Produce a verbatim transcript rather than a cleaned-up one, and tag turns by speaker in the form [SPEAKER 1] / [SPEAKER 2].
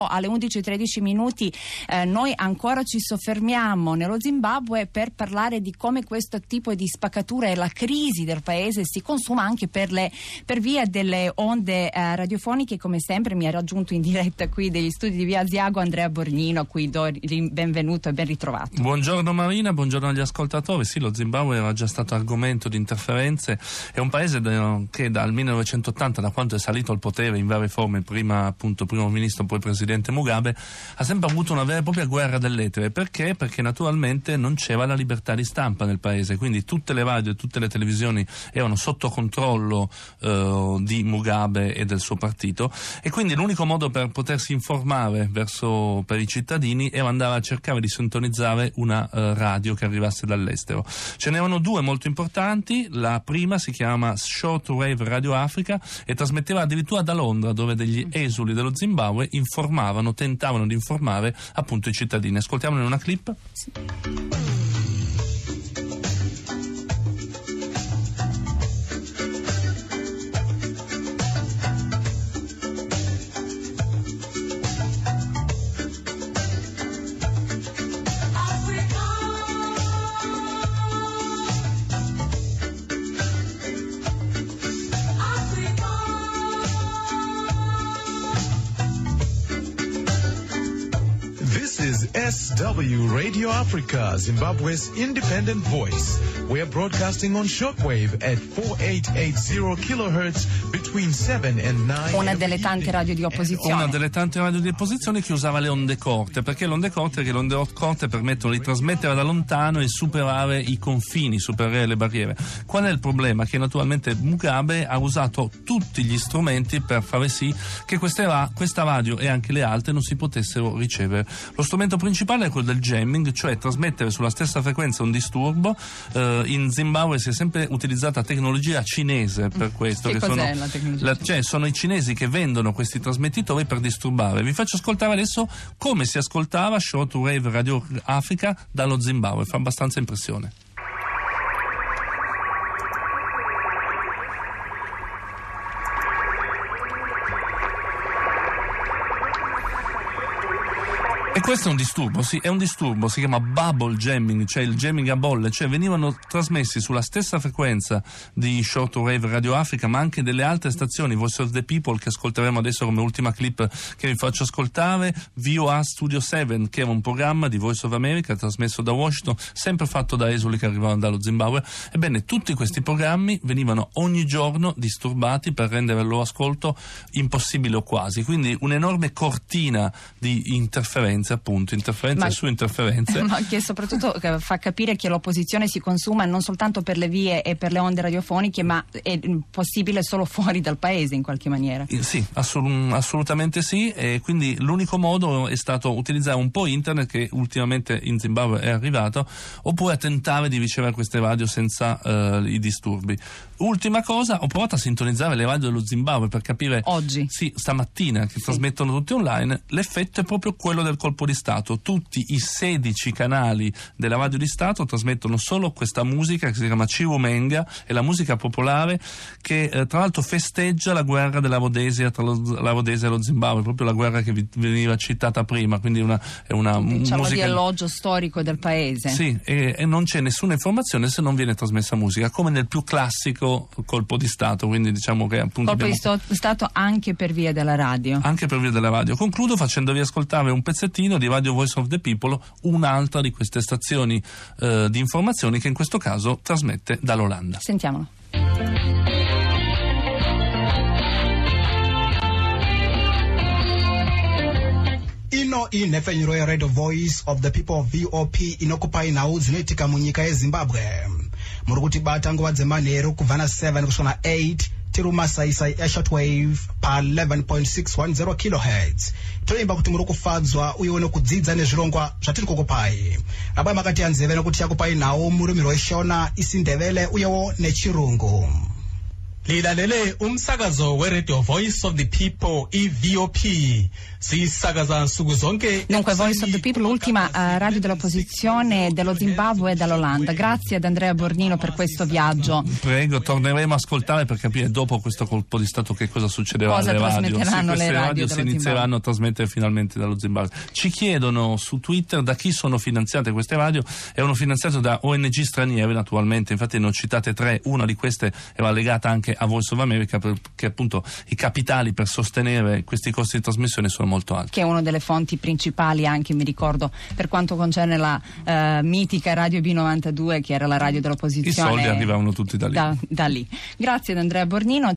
[SPEAKER 1] Alle undici e tredici minuti eh, noi ancora ci soffermiamo nello Zimbabwe per parlare di come questo tipo di spaccatura e la crisi del paese si consuma anche per, le, per via delle onde eh, radiofoniche. Come sempre mi ha raggiunto in diretta qui degli studi di Via Asiago Andrea Borgnino, a cui do il benvenuto e ben ritrovato.
[SPEAKER 2] Buongiorno Marina, buongiorno agli ascoltatori. Sì, lo Zimbabwe era già stato argomento di interferenze, è un paese de, che dal millenovecentottanta, da quando è salito al potere in varie forme, prima appunto primo ministro poi presidente Mugabe, ha sempre avuto una vera e propria guerra dell'etere. Perché? Perché naturalmente non c'era la libertà di stampa nel paese, quindi tutte le radio e tutte le televisioni erano sotto controllo eh, di Mugabe e del suo partito, e quindi l'unico modo per potersi informare verso per i cittadini era andare a cercare di sintonizzare una eh, radio che arrivasse dall'estero. Ce n'erano due molto importanti. La prima si chiama Shortwave Radio Africa e trasmetteva addirittura da Londra, dove degli esuli dello Zimbabwe informavano tentavano di informare appunto i cittadini. Ascoltiamone una clip. Sì.
[SPEAKER 3] S W Radio Africa, Zimbabwe's independent voice. We are broadcasting on shortwave at forty-eight eighty kilohertz between seven and nine.
[SPEAKER 1] Una delle tante radio di opposizione.
[SPEAKER 2] Una delle tante radio di opposizione che usava le onde corte, perché le onde corte, che le onde corte permettono di trasmettere da lontano e superare i confini, superare le barriere. Qual è il problema? Che naturalmente Mugabe ha usato tutti gli strumenti per fare sì che questa, questa radio e anche le altre non si potessero ricevere. Lo strumento principale è quello del jamming, cioè trasmettere sulla stessa frequenza un disturbo. Eh, in Zimbabwe si è sempre utilizzata tecnologia cinese per questo.
[SPEAKER 1] Che,
[SPEAKER 2] che
[SPEAKER 1] cos'è
[SPEAKER 2] sono,
[SPEAKER 1] la tecnologia?
[SPEAKER 2] La, cioè sono i cinesi che vendono questi trasmettitori per disturbare. Vi faccio ascoltare adesso come si ascoltava Shortwave Radio Africa dallo Zimbabwe, fa abbastanza impressione. E questo è un disturbo, sì, è un disturbo, si chiama bubble jamming, cioè il jamming a bolle, cioè venivano trasmessi sulla stessa frequenza di Shortwave Radio Africa, ma anche delle altre stazioni, Voice of the People, che ascolteremo adesso come ultima clip che vi faccio ascoltare, V O A Studio sette, che era un programma di Voice of America trasmesso da Washington, sempre fatto da esuli che arrivavano dallo Zimbabwe. Ebbene, tutti questi programmi venivano ogni giorno disturbati per rendere il loro ascolto impossibile o quasi, quindi un'enorme cortina di interferenze, appunto, interferenze
[SPEAKER 1] ma,
[SPEAKER 2] su interferenze.
[SPEAKER 1] Ma che soprattutto fa capire che l'opposizione si consuma non soltanto per le vie e per le onde radiofoniche, ma è possibile solo fuori dal paese in qualche maniera.
[SPEAKER 2] Sì, assolut- assolutamente sì, e quindi l'unico modo è stato utilizzare un po' internet, che ultimamente in Zimbabwe è arrivato, oppure tentare di ricevere queste radio senza uh, i disturbi. Ultima cosa, ho provato a sintonizzare le radio dello Zimbabwe per capire
[SPEAKER 1] oggi,
[SPEAKER 2] sì, stamattina, che sì, trasmettono tutti online. L'effetto è proprio quello del colpo di Stato. Tutti i sedici canali della radio di Stato trasmettono solo questa musica che si chiama Chirumenga, è la musica popolare che eh, tra l'altro festeggia la guerra della Rhodesia tra lo, la Rhodesia e lo Zimbabwe, proprio la guerra che vi, veniva citata prima, quindi una, è una
[SPEAKER 1] diciamo
[SPEAKER 2] musica
[SPEAKER 1] di elogio storico del paese.
[SPEAKER 2] Sì, e, e non c'è nessuna informazione se non viene trasmessa musica, come nel più classico colpo di Stato, quindi diciamo che appunto
[SPEAKER 1] colpo
[SPEAKER 2] abbiamo...
[SPEAKER 1] di Stato anche per via della radio.
[SPEAKER 2] Anche per via della radio. Concludo facendovi ascoltare un pezzettino di Radio Voice of the People, un'altra di queste stazioni eh, di informazioni che in questo caso trasmette dall'Olanda.
[SPEAKER 1] Sentiamolo.
[SPEAKER 4] Ino inhefenyuro yeRadio Voice of the People V O P inokupa nhau dzinoitika munyika yeZimbabwe. Muri kutibata nguva dzemanheru kubva na seven kusvika eight tiri mumasaisai eshortwave pa eleven point six one zero kilohertz. Toimba kuti muri kufadzwa uye nekudzidza nezvirongwa zvatiri kukupai. Rabai makati yanzeve nekuti yakupai nhau murumiro weshona, isindevele uyewo nechirungu.
[SPEAKER 5] Lilalele umsakazo we-Radio Voice of the People, I V O P. Sisakaza nsuku zonke.
[SPEAKER 1] Dunque Voice of the People, l'ultima uh, radio dell'opposizione dello Zimbabwe e dall'Olanda. Grazie ad Andrea Bornino per questo viaggio.
[SPEAKER 2] Prego, torneremo a ascoltare per capire dopo questo colpo di Stato che cosa succederà
[SPEAKER 1] cosa
[SPEAKER 2] alle radio. Sì,
[SPEAKER 1] le
[SPEAKER 2] queste
[SPEAKER 1] radio,
[SPEAKER 2] radio si inizieranno
[SPEAKER 1] Zimbabwe.
[SPEAKER 2] a trasmettere finalmente dallo Zimbabwe. Ci chiedono su Twitter da chi sono finanziate queste radio. Erano finanziate da O N G straniere naturalmente, infatti ne ho citate tre, una di queste era legata anche a Voice of America, perché appunto i capitali per sostenere questi costi di trasmissione sono molto alti.
[SPEAKER 1] Che è una delle fonti principali anche, mi ricordo, per quanto concerne la uh, mitica Radio B novantadue, che era la radio dell'opposizione.
[SPEAKER 2] I soldi arrivavano tutti da lì.
[SPEAKER 1] Da, da lì. Grazie ad Andrea Bornino.